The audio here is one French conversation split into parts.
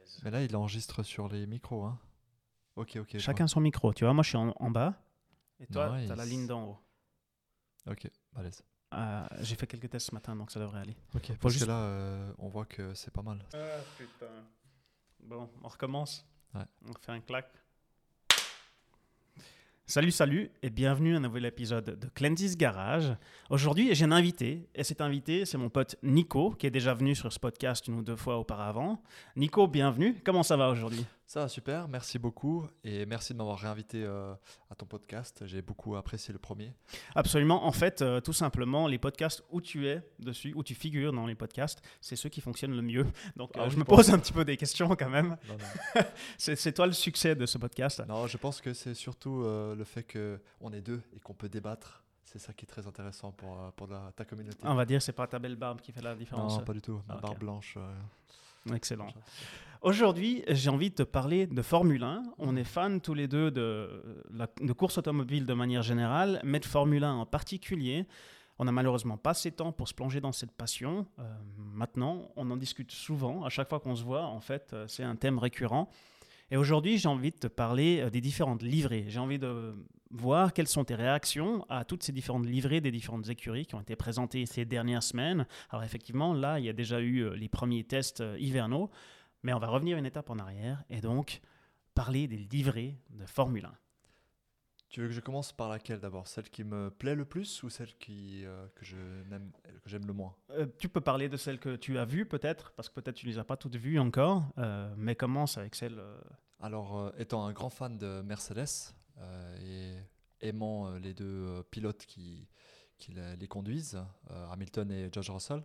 Mais là, il enregistre sur les micros, hein. Ok, je Chacun son micro. Tu vois, moi, je suis en bas et toi, Nice. tu as la ligne d'en haut. vois. Ok, balèze. J'ai fait quelques tests ce matin, donc ça devrait aller. Ok, parce que là, on voit que c'est pas mal. Ah, putain. Bon, on recommence. Ouais. On fait un clac. Salut et bienvenue à un nouvel épisode de Clendy's Garage. Aujourd'hui, j'ai un invité et cet invité, c'est mon pote Nico qui est déjà venu sur ce podcast une ou deux fois auparavant. Nico, bienvenue. Comment ça va aujourd'hui ? Ça va super, merci beaucoup et merci de m'avoir réinvité à ton podcast. J'ai beaucoup apprécié le premier. Absolument. En fait, tout simplement, les podcasts où tu es dessus, où tu figures dans les podcasts, c'est ceux qui fonctionnent le mieux. Donc, je me pose un petit peu des questions quand même. Non. C'est toi le succès de ce podcast ? Non, je pense que c'est surtout le fait qu'on est deux et qu'on peut débattre. C'est ça qui est très intéressant pour ta communauté. On va dire, c'est pas ta belle barbe qui fait la différence. Non, pas du tout. Ma barbe blanche. Excellent. Aujourd'hui, j'ai envie de te parler de Formule 1. On est fans tous les deux de course automobile de manière générale, mais de Formule 1 en particulier. On n'a malheureusement pas assez de temps pour se plonger dans cette passion. Maintenant, on en discute souvent. À chaque fois qu'on se voit, en fait, c'est un thème récurrent. Et aujourd'hui, j'ai envie de te parler des différentes livrées. J'ai envie de voir quelles sont tes réactions à toutes ces différentes livrées des différentes écuries qui ont été présentées ces dernières semaines. Alors effectivement, là, il y a déjà eu les premiers tests hivernaux, mais on va revenir une étape en arrière et donc parler des livrées de Formule 1. Tu veux que je commence par laquelle d'abord ? Celle qui me plaît le plus ou celle que j'aime le moins ? Tu peux parler de celles que tu as vues peut-être, parce que peut-être tu ne les as pas toutes vues encore, mais commence avec celle... Alors, étant un grand fan de Mercedes et aimant les deux pilotes qui les conduisent, Hamilton et George Russell,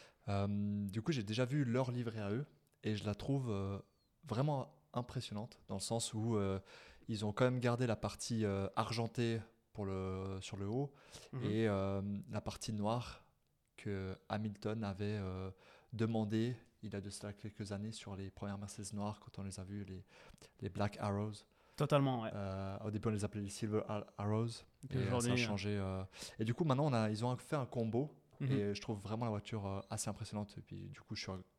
du coup j'ai déjà vu leur livrée à eux et je la trouve vraiment impressionnante dans le sens où ils ont quand même gardé la partie argentée sur le haut et la partie noire que Hamilton avait demandé il y a de cela quelques années sur les premières Mercedes noires quand on les a vus, les Black Arrows. Totalement, ouais. Au début on les appelait les Silver Arrows et ça a changé. Et du coup maintenant ils ont fait un combo et je trouve vraiment la voiture assez impressionnante. Et puis du coup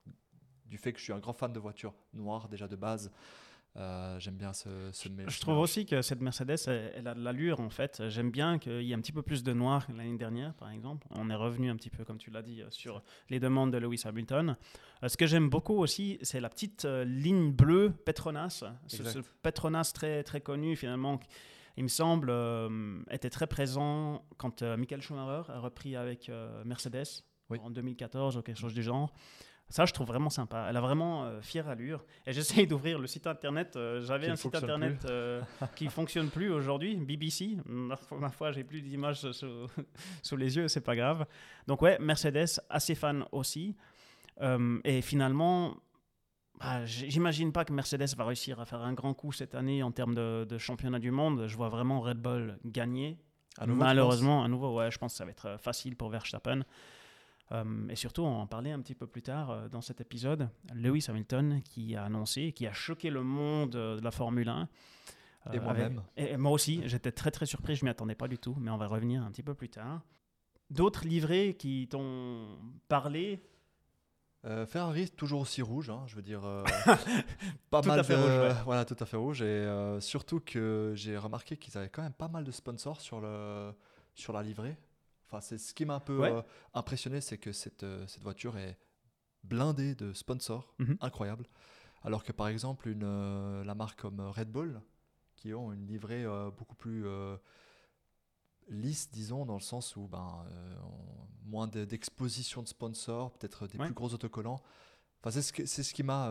du fait que je suis un grand fan de voitures noires déjà de base, j'aime bien ce mélange. Je trouve aussi que cette Mercedes, elle a de l'allure en fait. J'aime bien qu'il y ait un petit peu plus de noir que l'année dernière, par exemple. On est revenu un petit peu, comme tu l'as dit, sur les demandes de Lewis Hamilton. Ce que j'aime beaucoup aussi, c'est la petite ligne bleue Petronas. Ce Petronas très, très connu finalement, il me semble, était très présent quand Michael Schumacher a repris avec Mercedes en 2014 ou quelque chose du genre. Ça, je trouve vraiment sympa. Elle a vraiment fière allure. Et j'essaye d'ouvrir le site internet. J'avais un site internet qui ne fonctionne plus aujourd'hui, BBC. Ma foi, j'ai plus d'images sous les yeux, c'est pas grave. Donc ouais, Mercedes, assez fan aussi. Et finalement, j'imagine pas que Mercedes va réussir à faire un grand coup cette année en termes de championnat du monde. Je vois vraiment Red Bull gagner. Malheureusement, à nouveau, ouais, je pense que ça va être facile pour Verstappen. Et surtout, on en parlait un petit peu plus tard dans cet épisode, Lewis Hamilton qui a annoncé, qui a choqué le monde de la Formule 1. Et moi-même. Et moi aussi, j'étais très très surpris, je ne m'y attendais pas du tout, mais on va revenir un petit peu plus tard. D'autres livrées qui t'ont parlé ? Ferrari, toujours aussi rouge, hein, je veux dire, pas mal de rouge, ouais. Voilà, tout à fait rouge. Et surtout que j'ai remarqué qu'ils avaient quand même pas mal de sponsors sur la livrée. Enfin, c'est ce qui m'a un peu impressionné, c'est que cette voiture est blindée de sponsors, incroyable. Alors que par exemple, la marque comme Red Bull, qui ont une livrée beaucoup plus lisse, disons, dans le sens où moins d'exposition de sponsors, peut-être des plus gros autocollants. Enfin, c'est ce qui m'a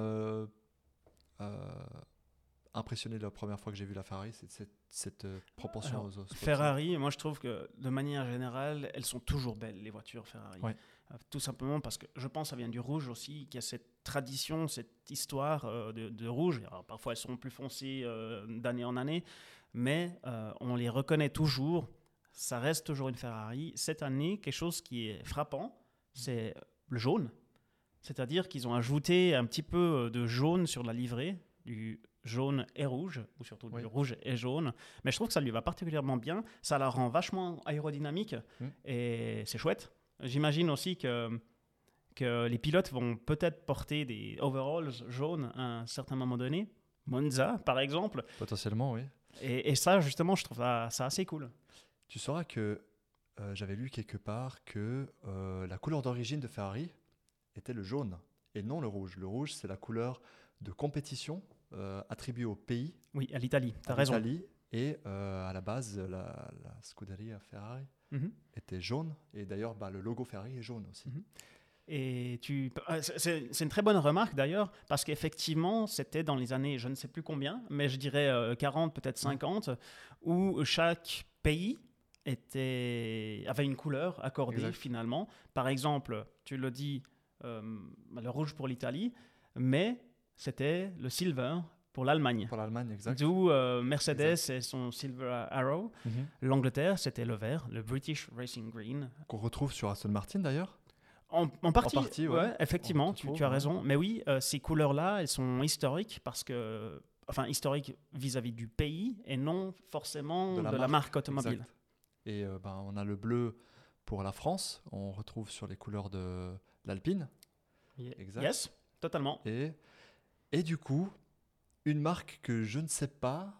impressionné la première fois que j'ai vu la Ferrari, c'est cette proportion aux sponsors. Ferrari, moi je trouve que de manière générale, elles sont toujours belles, les voitures Ferrari. Ouais. Tout simplement parce que je pense que ça vient du rouge aussi, qu'il y a cette tradition, cette histoire de rouge. Alors, parfois elles sont plus foncées d'année en année, mais on les reconnaît toujours. Ça reste toujours une Ferrari. Cette année, quelque chose qui est frappant, c'est le jaune. C'est-à-dire qu'ils ont ajouté un petit peu de jaune sur la livrée, du jaune et rouge, ou surtout du rouge et jaune. Mais je trouve que ça lui va particulièrement bien. Ça la rend vachement aérodynamique et c'est chouette. J'imagine aussi que que les pilotes vont peut-être porter des overalls jaunes à un certain moment donné. Monza, par exemple. Potentiellement, oui. Et ça, justement, je trouve ça assez cool. Tu sauras que j'avais lu quelque part que la couleur d'origine de Ferrari était le jaune et non le rouge. Le rouge, c'est la couleur de compétition attribuée au pays. Oui, à l'Italie, tu as à raison. l'Italie, et à la base, la Scuderia Ferrari était jaune. Et d'ailleurs, le logo Ferrari est jaune aussi. Et c'est une très bonne remarque d'ailleurs, parce qu'effectivement, c'était dans les années, je ne sais plus combien, mais je dirais 40, peut-être 50, où chaque pays avait une couleur accordée finalement. Par exemple, tu le dis, le rouge pour l'Italie, mais c'était le silver pour l'Allemagne. Pour l'Allemagne, exact. D'où Mercedes et son Silver Arrow. L'Angleterre, c'était le vert, le British Racing Green. Qu'on retrouve sur Aston Martin d'ailleurs. En partie, ouais, effectivement, tu as raison. Mais oui, ces couleurs-là, elles sont historiques historiques vis-à-vis du pays et non forcément de la marque automobile. Exact. Et on a le bleu pour la France, on retrouve sur les couleurs de l'Alpine. Exact. Yes, totalement. Et du coup, une marque que je ne sais pas,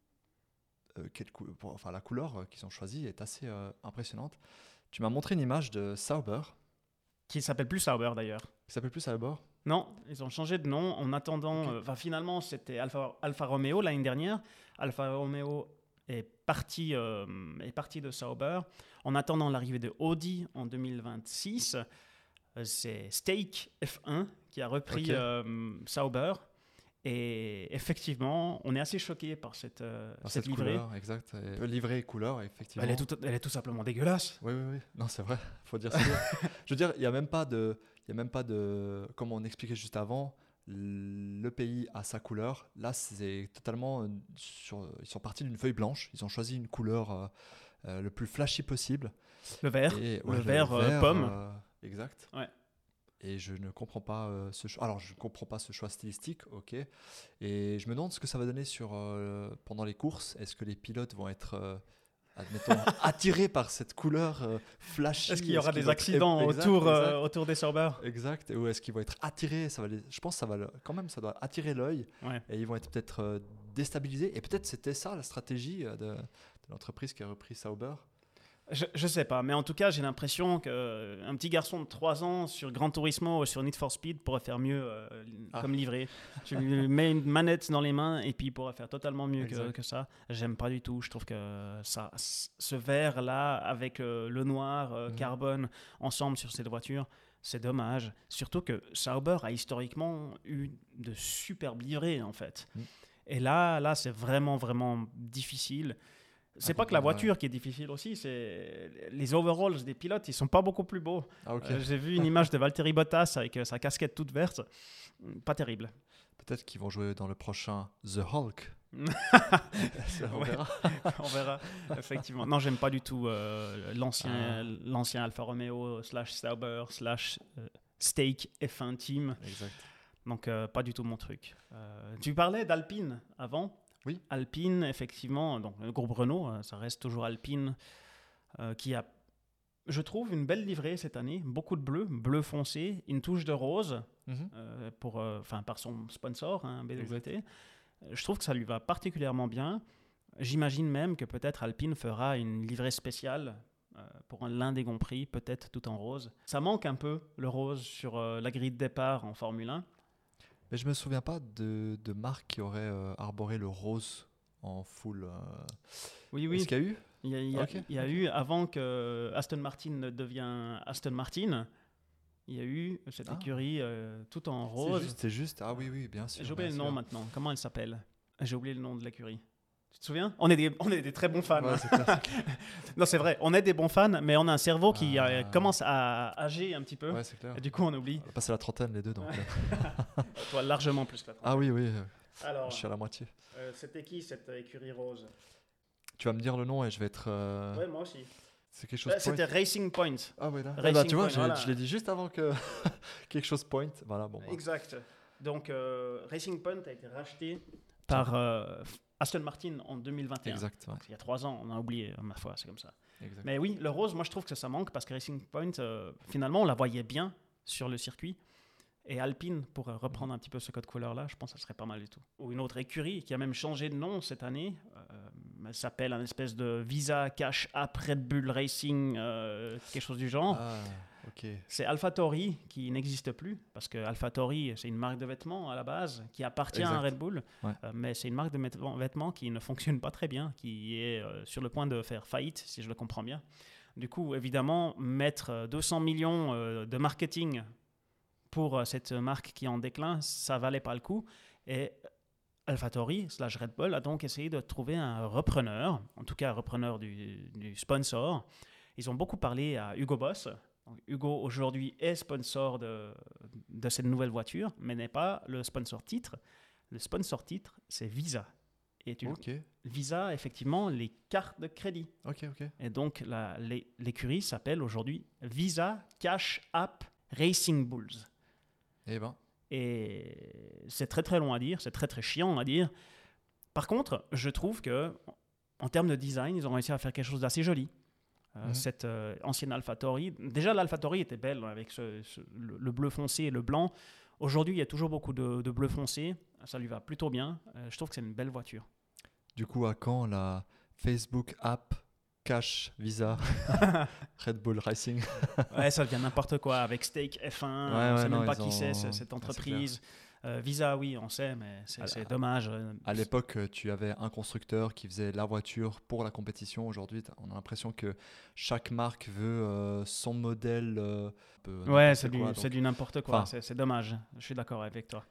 la couleur qu'ils ont choisie est assez impressionnante. Tu m'as montré une image de Sauber. Qui s'appelle plus Sauber d'ailleurs. Qui s'appelle plus Sauber ? Non, ils ont changé de nom en attendant. Finalement, c'était Alfa Romeo l'année dernière. Alfa Romeo est parti de Sauber. En attendant l'arrivée de Audi en 2026, c'est Stake F1 qui a repris Sauber. Et effectivement, on est assez choqué par cette livrée. Couleur, exact. Livrée et couleur, effectivement. Elle est tout simplement dégueulasse. Oui. Non, c'est vrai. Faut dire ça. Je veux dire, il y a même pas de, comme on expliquait juste avant, le pays a sa couleur. Là, c'est totalement ils sont partis d'une feuille blanche. Ils ont choisi une couleur le plus flashy possible. Le vert. Le vert pomme. Exact. Ouais. Et je ne comprends pas ce choix. Alors, je ne comprends pas ce choix stylistique, ok. Et je me demande ce que ça va donner pendant les courses. Est-ce que les pilotes vont être, admettons, attirés par cette couleur flashy ? Est-ce qu'il y aura des accidents autour des Sauber ? Exact. Ou est-ce qu'ils vont être attirés ? Je pense que ça doit attirer l'œil. Ouais. Et ils vont être peut-être déstabilisés. Et peut-être c'était ça la stratégie de l'entreprise qui a repris Sauber. Je sais pas, mais en tout cas, j'ai l'impression qu'un petit garçon de 3 ans sur Gran Turismo ou sur Need for Speed pourrait faire mieux comme livré. Tu lui mets une manette dans les mains et puis il pourrait faire totalement mieux que ça. J'aime pas du tout. Je trouve que ce vert-là avec le noir carbone ensemble sur cette voiture, c'est dommage. Surtout que Sauber a historiquement eu de superbes livrées en fait. Et là, c'est vraiment, vraiment difficile. C'est pas que la voiture qui est difficile aussi, c'est les overalls des pilotes, ils sont pas beaucoup plus beaux. J'ai vu une image de Valtteri Bottas avec sa casquette toute verte, pas terrible. Peut-être qu'ils vont jouer dans le prochain The Hulk. On verra, effectivement. Non, j'aime pas du tout l'ancien Alfa Romeo / Sauber / Stake F1 Team. Exact. Donc pas du tout mon truc. Tu parlais d'Alpine avant. Oui. Alpine, effectivement, donc le groupe Renault, ça reste toujours Alpine, qui a, je trouve, une belle livrée cette année. Beaucoup de bleu foncé, une touche de rose par son sponsor, BWT. Je trouve que ça lui va particulièrement bien. J'imagine même que peut-être Alpine fera une livrée spéciale pour l'un des Grands Prix, peut-être tout en rose. Ça manque un peu, le rose, sur la grille de départ en Formule 1. Mais je me souviens pas de marque qui aurait arboré le rose en full. Oui. Est-ce qu'il y a eu ? Il y a eu, avant que Aston Martin ne devienne Aston Martin, il y a eu cette écurie tout en rose. C'est juste. Ah oui, bien sûr. J'ai oublié le nom maintenant. Comment elle s'appelle ? J'ai oublié le nom de l'écurie. Tu te souviens ? On est des très bons fans. Ouais, c'est non, c'est vrai, on est des bons fans, mais on a un cerveau qui commence à âger un petit peu. Ouais, c'est clair. Et du coup, on oublie. On va passer la trentaine, les deux. Donc, toi, largement plus que la trentaine. Ah oui. Alors, je suis à la moitié. C'était qui cette écurie rose ? Tu vas me dire le nom et je vais être. Ouais, moi aussi. C'est quelque chose. C'était Racing Point. Ah ouais, là. Tu vois, je l'ai dit juste avant que quelque chose Point. Voilà, bon. Exact. Donc, Racing Point a été racheté par Aston Martin en 2021. Exact. Ouais. Il y a 3 ans, on a oublié, ma foi, c'est comme ça. Exact. Mais oui, le rose, moi je trouve que ça manque parce que Racing Point, finalement, on la voyait bien sur le circuit. Et Alpine pourrait reprendre un petit peu ce code couleur-là, je pense que ça serait pas mal du tout. Ou une autre écurie qui a même changé de nom cette année. Elle s'appelle un espèce de Visa Cash App Red Bull Racing, quelque chose du genre. Ah, ok. C'est AlphaTauri qui n'existe plus, parce que AlphaTauri, c'est une marque de vêtements à la base qui appartient à Red Bull, Ouais. Mais c'est une marque de vêtements qui ne fonctionne pas très bien, qui est sur le point de faire faillite, si je le comprends bien. Du coup, évidemment, mettre 200 millions de marketing pour cette marque qui est en déclin, ça valait pas le coup. Et AlphaTauri/Red Bull a donc essayé de trouver un repreneur, en tout cas un repreneur du sponsor. Ils ont beaucoup parlé à Hugo Boss. Donc, Hugo aujourd'hui est sponsor de cette nouvelle voiture, mais n'est pas le sponsor titre. Le sponsor titre, c'est Visa. Et Visa, effectivement, les cartes de crédit. Ok. Et donc l'écurie s'appelle aujourd'hui Visa Cash App Racing Bulls. Et c'est très très long à dire, c'est très très chiant à dire. Par contre, je trouve que en termes de design, ils ont réussi à faire quelque chose d'assez joli. Cette ancienne AlphaTauri, déjà l'AlphaTauri était belle avec le bleu foncé et le blanc. Aujourd'hui, il y a toujours beaucoup de bleu foncé, ça lui va plutôt bien. Je trouve que c'est une belle voiture. Du coup, à quand la Facebook app Cash Visa Red Bull Racing? Ouais, ça devient n'importe quoi avec Stake F1. On ne sait même pas qui c'est cette entreprise. Visa, oui, on sait, mais c'est dommage. À l'époque, tu avais un constructeur qui faisait la voiture pour la compétition. Aujourd'hui, on a l'impression que chaque marque veut son modèle. Ouais, c'est du n'importe quoi. C'est dommage. Je suis d'accord avec toi.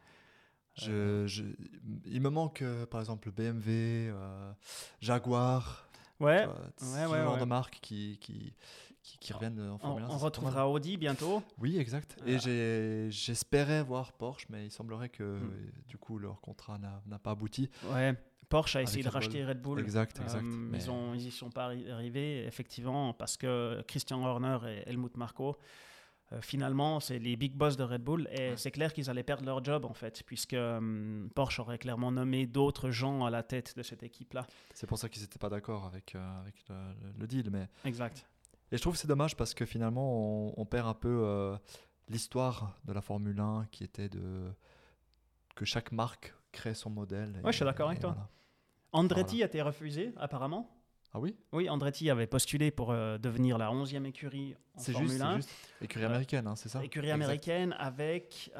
Il me manque, par exemple, BMW, Jaguar. Ouais, ce genre de marques qui reviennent en Formule 1. On retrouvera Audi bientôt. Oui, exact. Et j'espérais voir Porsche, mais il semblerait que du coup leur contrat n'a pas abouti. Ouais, Porsche a essayé de racheter Red Bull. Exact. Mais ils n'y sont pas arrivés, effectivement, parce que Christian Horner et Helmut Marko, finalement, c'est les big boss de Red Bull. Et c'est clair qu'ils allaient perdre leur job, en fait, puisque Porsche aurait clairement nommé d'autres gens à la tête de cette équipe-là. C'est pour ça qu'ils n'étaient pas d'accord avec le deal. Mais... Exact. Et je trouve que c'est dommage parce que finalement, on perd un peu l'histoire de la Formule 1 qui était que chaque marque crée son modèle. Oui, je suis d'accord avec toi. Voilà. Andretti a été refusé, apparemment. Ah oui? Oui, Andretti avait postulé pour devenir la 11e écurie en Formule 1. C'est juste. Écurie américaine, hein, c'est ça? Écurie américaine avec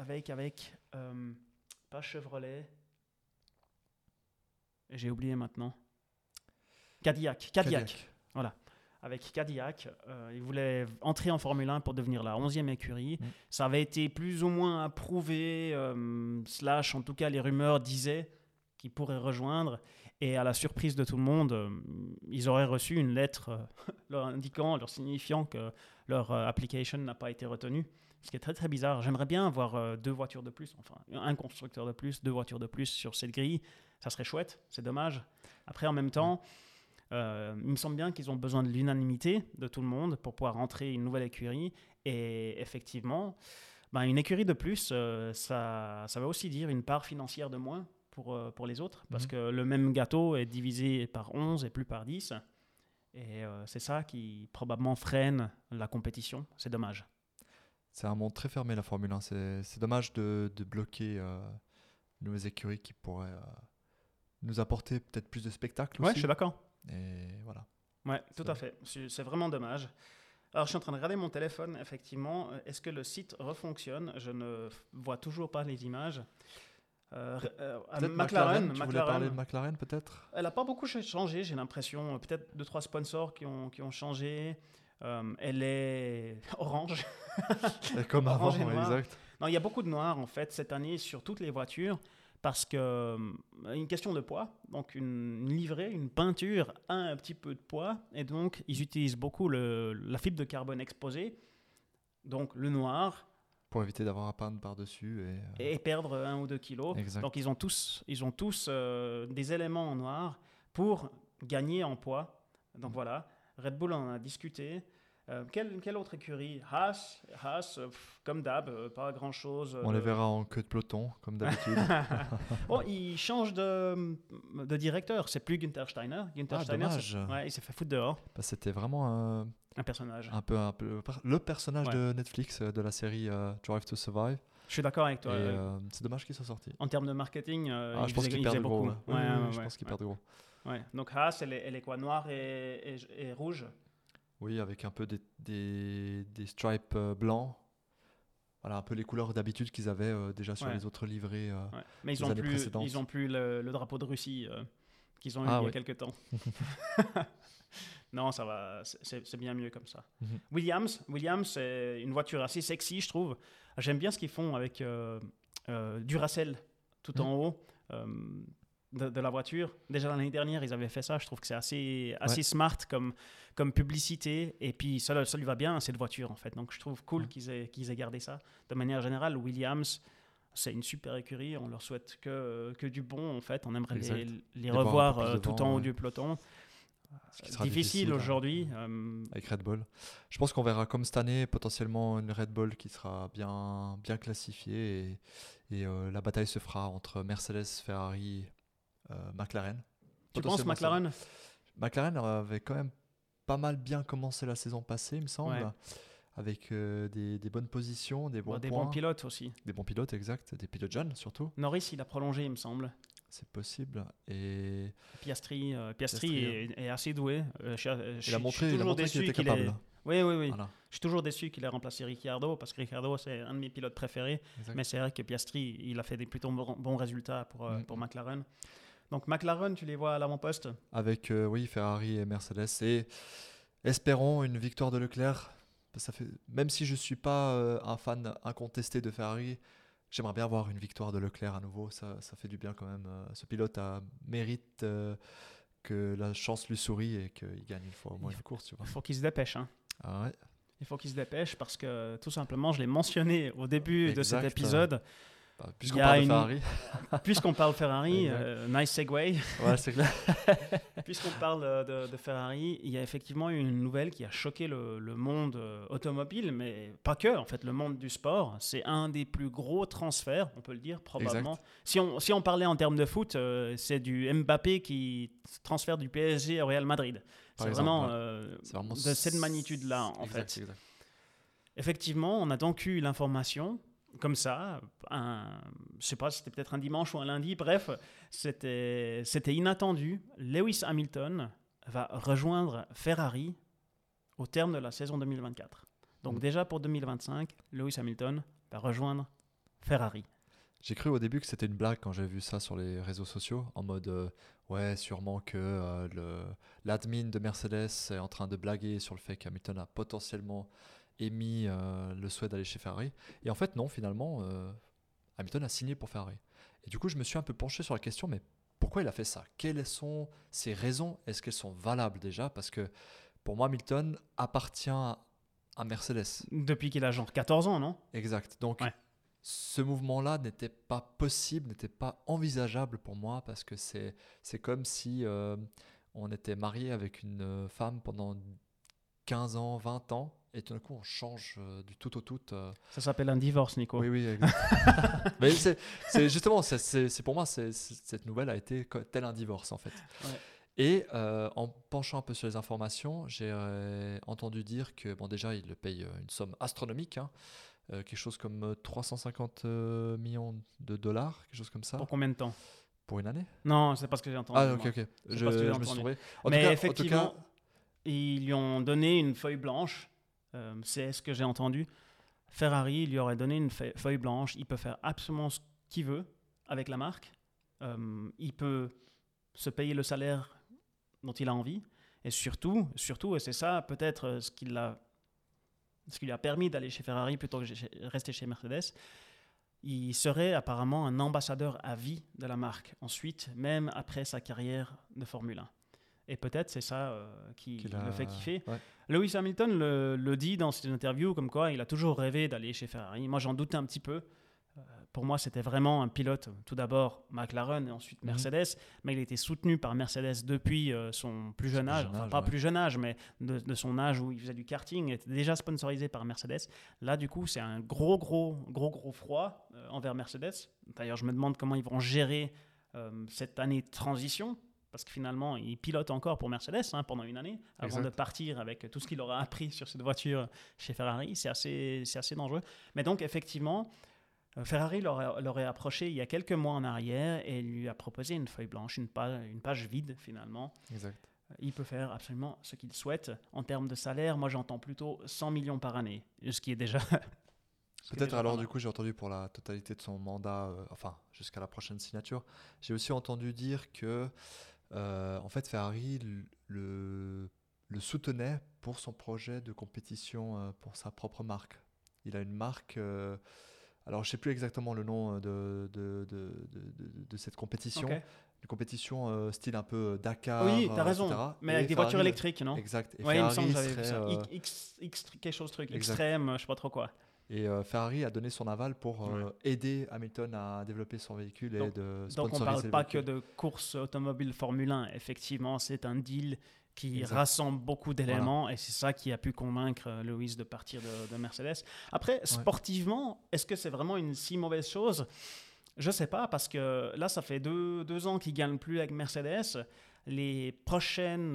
pas Chevrolet. J'ai oublié maintenant. Cadillac. Voilà. Avec Cadillac, ils voulaient entrer en Formule 1 pour devenir la 11e écurie. Ça avait été plus ou moins approuvé, / en tout cas les rumeurs disaient qu'ils pourraient rejoindre. Et à la surprise de tout le monde, ils auraient reçu une lettre leur signifiant que leur application n'a pas été retenue. Ce qui est très très bizarre. J'aimerais bien avoir 2 voitures de plus, enfin un constructeur de plus, 2 voitures de plus sur cette grille. Ça serait chouette, c'est dommage. Après, en même temps, il me semble bien qu'ils ont besoin de l'unanimité de tout le monde pour pouvoir rentrer une nouvelle écurie. Et effectivement, une écurie de plus, ça va aussi dire une part financière de moins pour les autres, parce que le même gâteau est divisé par 11 et plus par 10. Et c'est ça qui probablement freine la compétition. C'est dommage. C'est un monde très fermé, la Formule 1. C'est dommage de bloquer de nouvelles écuries qui pourraient nous apporter peut-être plus de spectacles aussi. Ouais, je suis d'accord. Et voilà. Ouais, tout à fait. C'est vraiment dommage. Alors, je suis en train de regarder mon téléphone, effectivement. Est-ce que le site refonctionne? Je ne vois toujours pas les images. McLaren, tu voulais parler de McLaren peut-être? Elle n'a pas beaucoup changé, j'ai l'impression. Peut-être 2-3 sponsors qui ont changé. Elle est orange. Comme avant, exact. Non, il y a beaucoup de noir en fait cette année sur toutes les voitures parce que une question de poids. Donc une livrée, une peinture a un petit peu de poids et donc ils utilisent beaucoup la fibre de carbone exposée. Donc le noir. Pour éviter d'avoir à peindre par-dessus. Et perdre 1 ou 2 kilos. Exact. Donc ils ont tous des éléments en noir pour gagner en poids. Donc voilà, Red Bull en a discuté. Quelle autre écurie? Haas, comme d'hab, pas grand-chose. On les verra en queue de peloton, comme d'habitude. Bon, il change de directeur. C'est plus Günther Steiner. Dommage. Il s'est fait foutre dehors. Bah, c'était vraiment Un personnage. un peu le personnage Ouais. de Netflix de la série Drive to Survive. Je suis d'accord avec toi. Et c'est dommage qu'il soit sorti. En termes de marketing, Je pense qu'il perd de gros. Je pense qu'il perd de gros. Ouais. Donc Haas, elle est quoi? Noire et rouge? Oui, avec un peu des stripes blancs. Voilà, un peu les couleurs d'habitude qu'ils avaient déjà sur les autres livrets. Ouais. Mais des années précédentes. ils ont plus le drapeau de Russie qu'ils ont eu il y a quelques temps. Non, ça va, c'est bien mieux comme ça. Mm-hmm. Williams, c'est une voiture assez sexy, je trouve. J'aime bien ce qu'ils font avec Duracell tout en haut de la voiture. Déjà l'année dernière, ils avaient fait ça. Je trouve que c'est assez smart comme publicité. Et puis ça lui va bien, cette voiture en fait. Donc je trouve cool qu'ils aient gardé ça. De manière générale, Williams, c'est une super écurie. On leur souhaite que du bon en fait. On aimerait les revoir tout en haut du peloton. Difficile aujourd'hui. Avec Red Bull. Je pense qu'on verra comme cette année potentiellement une Red Bull qui sera bien classifiée et la bataille se fera entre Mercedes, Ferrari, McLaren. Tu penses McLaren? McLaren avait quand même pas mal bien commencé la saison passée, il me semble, avec des bonnes positions, des bons points. Des bons pilotes aussi. Des bons pilotes, exact. Des pilotes jeunes surtout. Norris, il a prolongé, il me semble. C'est possible. Et Piastri est assez doué. Il a montré qu'il était capable. Oui. Voilà. Je suis toujours déçu qu'il ait remplacé Ricciardo parce que Ricciardo, c'est un de mes pilotes préférés. Exact. Mais c'est vrai que Piastri, il a fait des plutôt bons résultats pour McLaren. Donc McLaren, tu les vois à l'avant-poste? Avec Ferrari et Mercedes. Et espérons une victoire de Leclerc. Même si je ne suis pas un fan incontesté de Ferrari, j'aimerais bien avoir une victoire de Leclerc à nouveau, ça fait du bien quand même. Ce pilote mérite que la chance lui sourit et qu'il gagne une fois au moins une course. Tu vois. Il faut qu'il se dépêche. Ah ouais. Il faut qu'il se dépêche parce que tout simplement, je l'ai mentionné au début de cet épisode. Puisqu'on parle de Ferrari. Puisqu'on parle Ferrari, nice segue. Ouais, c'est clair. Puisqu'on parle de Ferrari, il y a effectivement une nouvelle qui a choqué le monde automobile, mais pas que, en fait, le monde du sport. C'est un des plus gros transferts, on peut le dire, probablement. Si on parlait en termes de foot, c'est du Mbappé qui transfère du PSG au Real Madrid. C'est vraiment de cette magnitude-là, en fait. Exact. Effectivement, on a donc eu l'information comme ça, je sais pas, c'était peut-être un dimanche ou un lundi, bref, c'était inattendu. Lewis Hamilton va rejoindre Ferrari au terme de la saison 2024. Donc déjà pour 2025, Lewis Hamilton va rejoindre Ferrari. J'ai cru au début que c'était une blague quand j'ai vu ça sur les réseaux sociaux, en mode sûrement que l'admin de Mercedes est en train de blaguer sur le fait qu'Hamilton a potentiellement émis le souhait d'aller chez Ferrari. Et en fait, non, finalement, Hamilton a signé pour Ferrari. Et du coup, je me suis un peu penché sur la question, mais pourquoi il a fait ça? Quelles sont ses raisons? Est-ce qu'elles sont valables déjà? Parce que pour moi, Hamilton appartient à Mercedes. Depuis qu'il a genre 14 ans, non? Exact. Donc, ce mouvement-là n'était pas possible, n'était pas envisageable pour moi, parce que c'est comme si on était marié avec une femme pendant 15 ans, 20 ans, et tout d'un coup on change du tout au tout. Ça s'appelle un divorce, Nico. Oui, exact. Mais c'est justement, c'est pour moi, cette nouvelle a été tel un divorce en fait. Ouais. Et en penchant un peu sur les informations, j'ai entendu dire que, bon, déjà il paye une somme astronomique, quelque chose comme 350 millions de dollars, quelque chose comme ça. Pour combien de temps? Pour une année? Non, c'est pas ce que j'ai entendu. Ah, ok. Je me suis trompé. Mais effectivement, ils lui ont donné une feuille blanche. C'est ce que j'ai entendu. Ferrari lui aurait donné une feuille blanche. Il peut faire absolument ce qu'il veut avec la marque. Il peut se payer le salaire dont il a envie. Et surtout, et c'est ça peut-être ce qui lui a permis d'aller chez Ferrari plutôt que de rester chez Mercedes, il serait apparemment un ambassadeur à vie de la marque. Ensuite, même après sa carrière de Formule 1. Et peut-être c'est ça qui le fait kiffer. Ouais. Lewis Hamilton le dit dans cette interview comme quoi il a toujours rêvé d'aller chez Ferrari. Moi, j'en doutais un petit peu. Pour moi, c'était vraiment un pilote, tout d'abord McLaren et ensuite Mercedes, mais il était soutenu par Mercedes depuis son plus jeune âge, pas plus jeune âge, mais de son âge où il faisait du karting, il était déjà sponsorisé par Mercedes. Là, du coup, c'est un gros froid envers Mercedes. D'ailleurs, je me demande comment ils vont gérer cette année de transition, parce que finalement, il pilote encore pour Mercedes pendant une année, avant de partir avec tout ce qu'il aura appris sur cette voiture chez Ferrari. C'est assez dangereux. Mais donc, effectivement, Ferrari l'aurait approché il y a quelques mois en arrière et lui a proposé une feuille blanche, une page vide finalement. Exact. Il peut faire absolument ce qu'il souhaite. En termes de salaire, moi j'entends plutôt 100 millions par année, ce qui est déjà... Peut-être alors du coup j'ai entendu pour la totalité de son mandat, enfin jusqu'à la prochaine signature. J'ai aussi entendu dire que en fait Ferrari le soutenait pour son projet de compétition pour sa propre marque. Il a une marque... alors, je ne sais plus exactement le nom de cette compétition. Okay. Une compétition style un peu Dakar, oui, tu as raison, etc. Mais avec des voitures électriques, non? Exact. Et oui, il me semble que Ferrari j'avais vu ça. Quelque chose, extrême, je ne sais pas trop quoi. Et Ferrari a donné son aval pour aider Hamilton à développer son véhicule et de sponsoriser. Donc, on ne parle pas que de course automobile Formule 1. Effectivement, c'est un deal qui rassemble beaucoup d'éléments et c'est ça qui a pu convaincre Lewis de partir de Mercedes. Après, sportivement, est-ce que c'est vraiment une si mauvaise chose? Je ne sais pas, parce que là, ça fait deux ans qu'il ne gagne plus avec Mercedes. Les prochains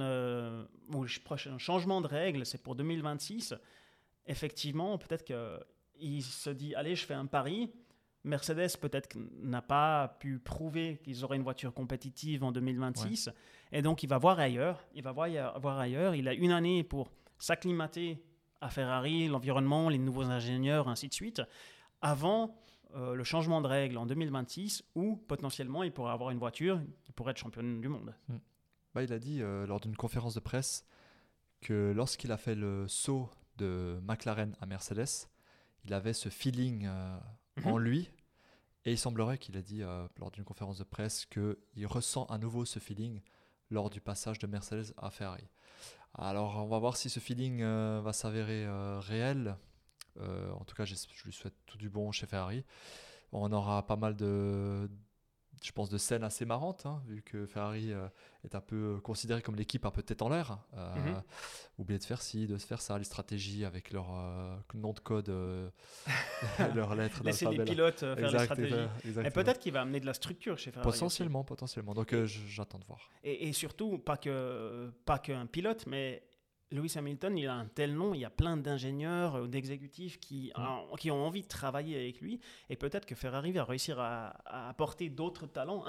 changements de règles, c'est pour 2026. Effectivement, peut-être qu'il se dit, allez, je fais un pari. Mercedes peut-être n'a pas pu prouver qu'ils auraient une voiture compétitive en 2026 et donc il va voir ailleurs. Il a une année pour s'acclimater à Ferrari, l'environnement, les nouveaux ingénieurs, ainsi de suite, avant le changement de règles en 2026 où potentiellement il pourrait avoir une voiture qui pourrait être championne du monde. Il a dit lors d'une conférence de presse que lorsqu'il a fait le saut de McLaren à Mercedes, il avait ce feeling en lui. Et il semblerait qu'il a dit lors d'une conférence de presse qu'il ressent à nouveau ce feeling lors du passage de Mercedes à Ferrari. Alors on va voir si ce feeling va s'avérer réel. En tout cas, je lui souhaite tout du bon chez Ferrari. On aura pas mal de scènes assez marrantes, vu que Ferrari est un peu considéré comme l'équipe un peu tête en l'air. Oublier de faire ci, de se faire ça, les stratégies avec leur nom de code, leurs lettres d'alphabet. Laisser les pilotes faire les stratégies. Et peut-être qu'il va amener de la structure chez Ferrari. Potentiellement. Donc j'attends de voir. Et surtout, pas qu'un pilote, mais Lewis Hamilton, il a un tel nom, il y a plein d'ingénieurs, d'exécutifs qui ont envie de travailler avec lui. Et peut-être que Ferrari va réussir à importer d'autres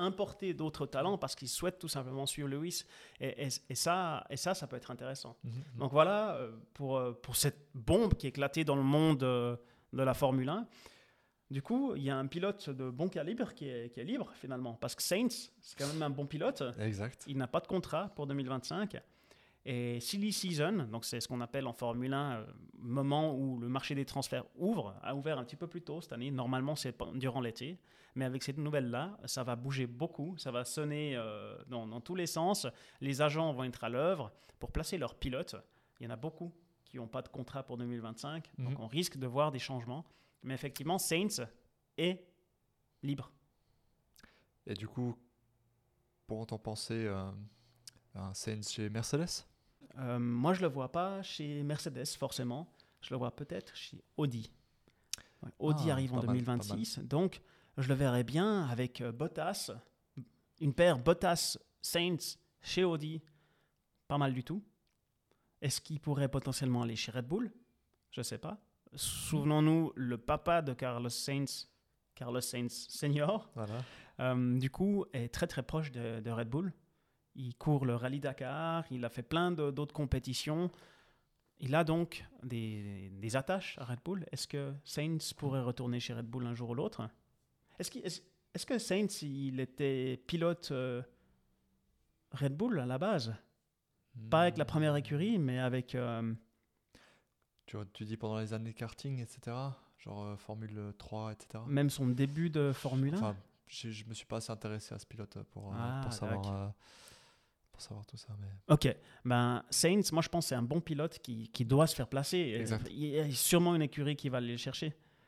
talents parce qu'ils souhaitent tout simplement suivre Lewis. Et ça peut être intéressant. Donc voilà, pour cette bombe qui est éclatée dans le monde de la Formule 1. Du coup, il y a un pilote de bon calibre qui est libre finalement. Parce que Sainz, c'est quand même un bon pilote. Exact. Il n'a pas de contrat pour 2025. Et silly season, donc c'est ce qu'on appelle en Formule 1 moment où le marché des transferts a ouvert un petit peu plus tôt cette année. Normalement, c'est durant l'été. Mais avec cette nouvelle-là, ça va bouger beaucoup. Ça va sonner dans tous les sens. Les agents vont être à l'œuvre pour placer leurs pilotes. Il y en a beaucoup qui n'ont pas de contrat pour 2025. Donc on risque de voir des changements. Mais effectivement, Sainz est libre. Et du coup, pourrait-on penser un Sainz chez Mercedes? Moi, je ne le vois pas chez Mercedes, forcément. Je le vois peut-être chez Audi. Audi arrive en 2026. Donc, je le verrais bien avec Bottas. Une paire Bottas-Sainz chez Audi. Pas mal du tout. Est-ce qu'il pourrait potentiellement aller chez Red Bull? Je ne sais pas. Souvenons-nous, le papa de Carlos Sainz Senior, du coup, est très très proche de Red Bull. Il court le Rallye Dakar, il a fait plein d'autres compétitions. Il a donc des attaches à Red Bull. Est-ce que Sainz pourrait retourner chez Red Bull un jour ou l'autre? Est-ce que Sainz, il était pilote Red Bull à la base? Pas avec la première écurie, mais avec... Tu dis pendant les années karting, etc. Genre Formule 3, etc. Même son début de Formule 1? Enfin, je ne me suis pas assez intéressé à ce pilote pour savoir tout ça. Mais... Ok. Sainz, moi je pense que c'est un bon pilote qui doit se faire placer. Il y a sûrement une écurie qui va aller le chercher.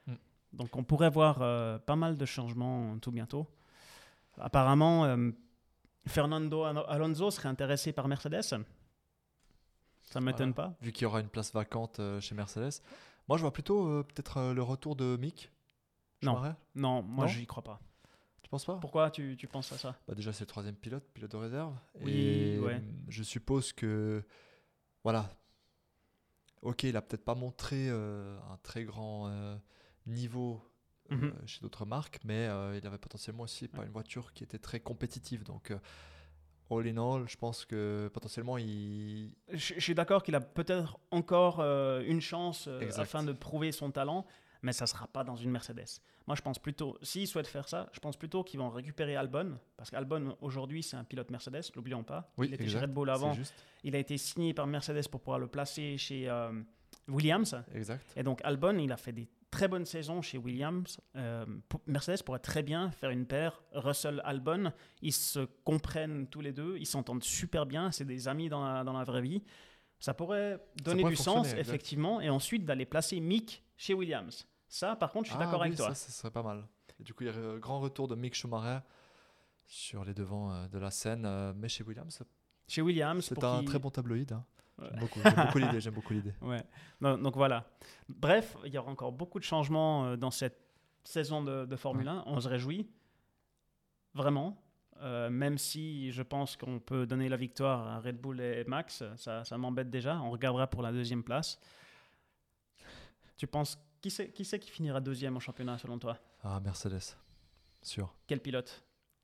Donc on pourrait voir pas mal de changements tout bientôt. Apparemment, Fernando Alonso serait intéressé par Mercedes. Ça ne m'étonne pas. Vu qu'il y aura une place vacante chez Mercedes. Moi, je vois plutôt peut-être le retour de Mick Schumacher. Non, moi, je n'y crois pas. Tu penses pas? Pourquoi tu penses à ça? Déjà, c'est le troisième pilote de réserve. Oui, et ouais. je suppose que, voilà, ok, il a peut-être pas montré un très grand niveau chez d'autres marques, mais il avait potentiellement aussi pas une voiture qui était très compétitive. Donc, all in all, je pense que potentiellement, Je suis d'accord qu'il a peut-être encore une chance afin de prouver son talent, mais ça ne sera pas dans une Mercedes. Moi, je pense plutôt, s'ils souhaitent faire ça, je pense plutôt qu'ils vont récupérer Albon, parce qu'Albon, aujourd'hui, c'est un pilote Mercedes, n'oublions pas. Oui, il était chez Red Bull avant. Il a été signé par Mercedes pour pouvoir le placer chez Williams. Exact. Et donc, Albon, il a fait des très bonnes saisons chez Williams. Mercedes pourrait très bien faire une paire Russell-Albon. Ils se comprennent tous les deux, ils s'entendent super bien, c'est des amis dans la vraie vie. Ça pourrait donner du sens, effectivement, et ensuite d'aller placer Mick chez Williams. Ça, par contre, je suis d'accord avec toi. Ça serait pas mal. Et du coup, il y a un grand retour de Mick Schumacher sur les devants de la scène, mais chez Williams. Chez Williams, c'est un très bon tabloïd. Hein. Ouais. J'aime beaucoup l'idée. Ouais. Donc voilà. Bref, il y aura encore beaucoup de changements dans cette saison de Formule 1. On se réjouit, vraiment. Même si je pense qu'on peut donner la victoire à Red Bull et Max, ça m'embête déjà. On regardera pour la deuxième place. Tu penses qui c'est qui finira deuxième au championnat selon toi? Mercedes, sûr. Quel pilote?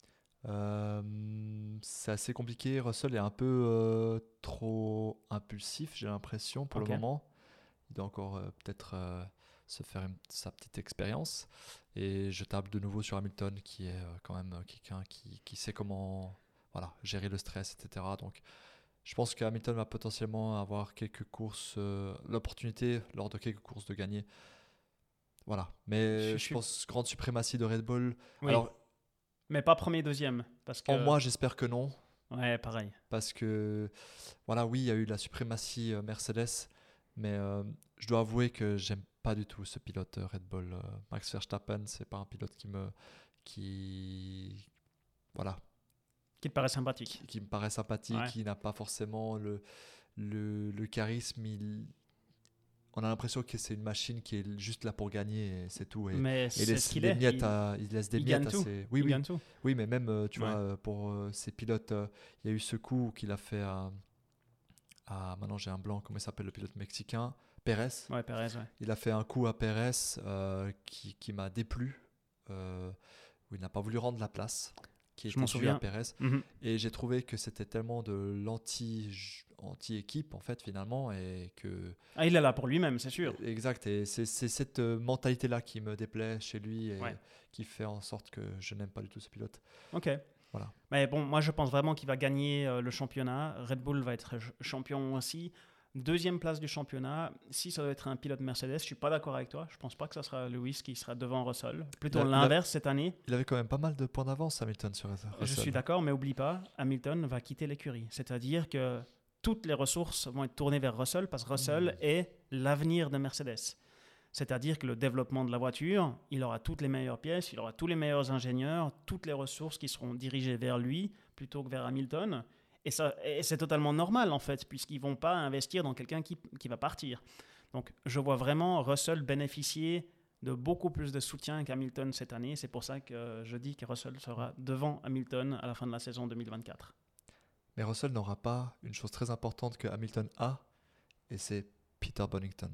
C'est assez compliqué. Russell est un peu trop impulsif, j'ai l'impression, pour le moment. Il doit encore peut-être se faire sa petite expérience. Et je table de nouveau sur Hamilton, qui est quand même quelqu'un qui sait comment gérer le stress, etc. Donc, je pense qu'Hamilton va potentiellement avoir quelques courses, l'opportunité lors de quelques courses de gagner. Voilà. Mais je pense grande suprématie de Red Bull. Oui. Alors, mais pas premier, deuxième. Parce que... moi, j'espère que non. Ouais, pareil. Parce que, oui, il y a eu la suprématie Mercedes, mais je dois avouer que j'aime pas du tout ce pilote Red Bull. Max Verstappen, c'est pas un pilote qui te paraît sympathique. Qui me paraît sympathique, qui n'a pas forcément le charisme. On a l'impression que c'est une machine qui est juste là pour gagner et c'est tout. Mais il laisse des miettes assez... Il gagne tout. Oui, mais même, tu vois, pour ces pilotes, il y a eu ce coup qu'il a fait à... Maintenant, j'ai un blanc. Comment il s'appelle le pilote mexicain? Pérez. Ouais, Pérez, ouais. Il a fait un coup à Pérez qui m'a déplu, où il n'a pas voulu rendre la place, qui était dû à Pérez. Et j'ai trouvé que c'était tellement de l'anti-équipe, en fait, finalement, et que... il est là pour lui-même, c'est sûr. Exact, et c'est cette mentalité-là qui me déplaît chez lui et qui fait en sorte que je n'aime pas du tout ce pilote. Ok. Voilà. Mais bon, moi, je pense vraiment qu'il va gagner le championnat. Red Bull va être champion aussi. Deuxième place du championnat. Si ça doit être un pilote Mercedes, je ne suis pas d'accord avec toi. Je ne pense pas que ça sera Lewis qui sera devant Russell. Plutôt l'inverse cette année. Il avait quand même pas mal de points d'avance, Hamilton, sur Russell. Je suis d'accord, mais oublie pas, Hamilton va quitter l'écurie. C'est-à-dire que toutes les ressources vont être tournées vers Russell parce que Russell est l'avenir de Mercedes. C'est-à-dire que le développement de la voiture, il aura toutes les meilleures pièces, il aura tous les meilleurs ingénieurs, toutes les ressources qui seront dirigées vers lui plutôt que vers Hamilton. Et c'est totalement normal, en fait, puisqu'ils ne vont pas investir dans quelqu'un qui va partir. Donc, je vois vraiment Russell bénéficier de beaucoup plus de soutien qu'Hamilton cette année. C'est pour ça que je dis que Russell sera devant Hamilton à la fin de la saison 2024. Mais Russell n'aura pas une chose très importante que Hamilton a, et c'est Peter Bonington.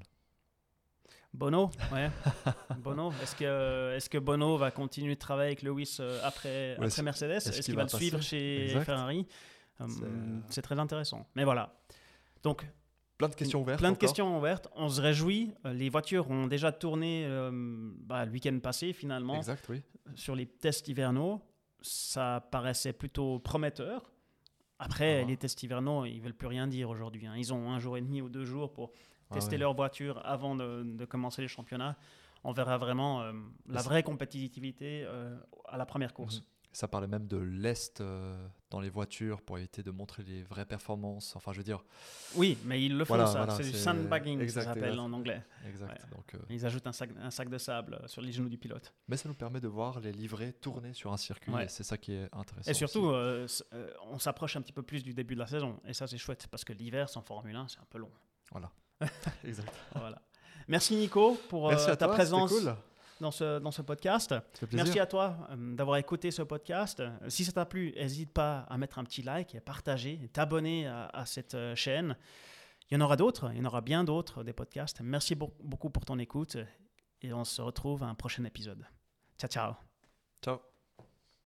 Bono, ouais. Bono. Est-ce que Bono va continuer de travailler avec Lewis après Mercedes? Est-ce qu'il va le suivre chez Ferrari? C'est très intéressant. Mais voilà. Donc, plein de questions ouvertes. On se réjouit. Les voitures ont déjà tourné le week-end passé, finalement. Exact, oui. Sur les tests hivernaux. Ça paraissait plutôt prometteur. Après, les tests hivernaux, ils ne veulent plus rien dire aujourd'hui. Hein. Ils ont 1 jour et demi ou 2 jours pour tester leur voiture avant de commencer les championnats. On verra vraiment la vraie compétitivité à la première course. Ça parlait même de lest dans les voitures pour éviter de montrer les vraies performances. Enfin, je veux dire. Oui, mais ils le font, Voilà, ça. voilà, C'est du c'est- sandbagging, exact, ça s'appelle exact. en anglais. Exact. Ouais. Donc, Ils ajoutent un sac de sable sur les genoux du pilote. mais ça nous permet de voir les livrets tourner sur un circuit Ouais. et c'est ça qui est intéressant. Et surtout, aussi. on s'approche un petit peu plus du début de la saison. Et ça, c'est chouette, parce que l'hiver, sans Formule 1, c'est un peu long. Voilà. Exact. Voilà. Merci Nico pour Merci à ta toi, présence c'était cool. dans ce podcast. Ça fait plaisir. Merci à toi d'avoir écouté ce podcast. Si ça t'a plu, n'hésite pas à mettre un petit like, à partager, et t'abonner à cette chaîne. Il y en aura d'autres, il y en aura bien d'autres, des podcasts. Merci beaucoup pour ton écoute et on se retrouve à un prochain épisode. Ciao, ciao. Ciao.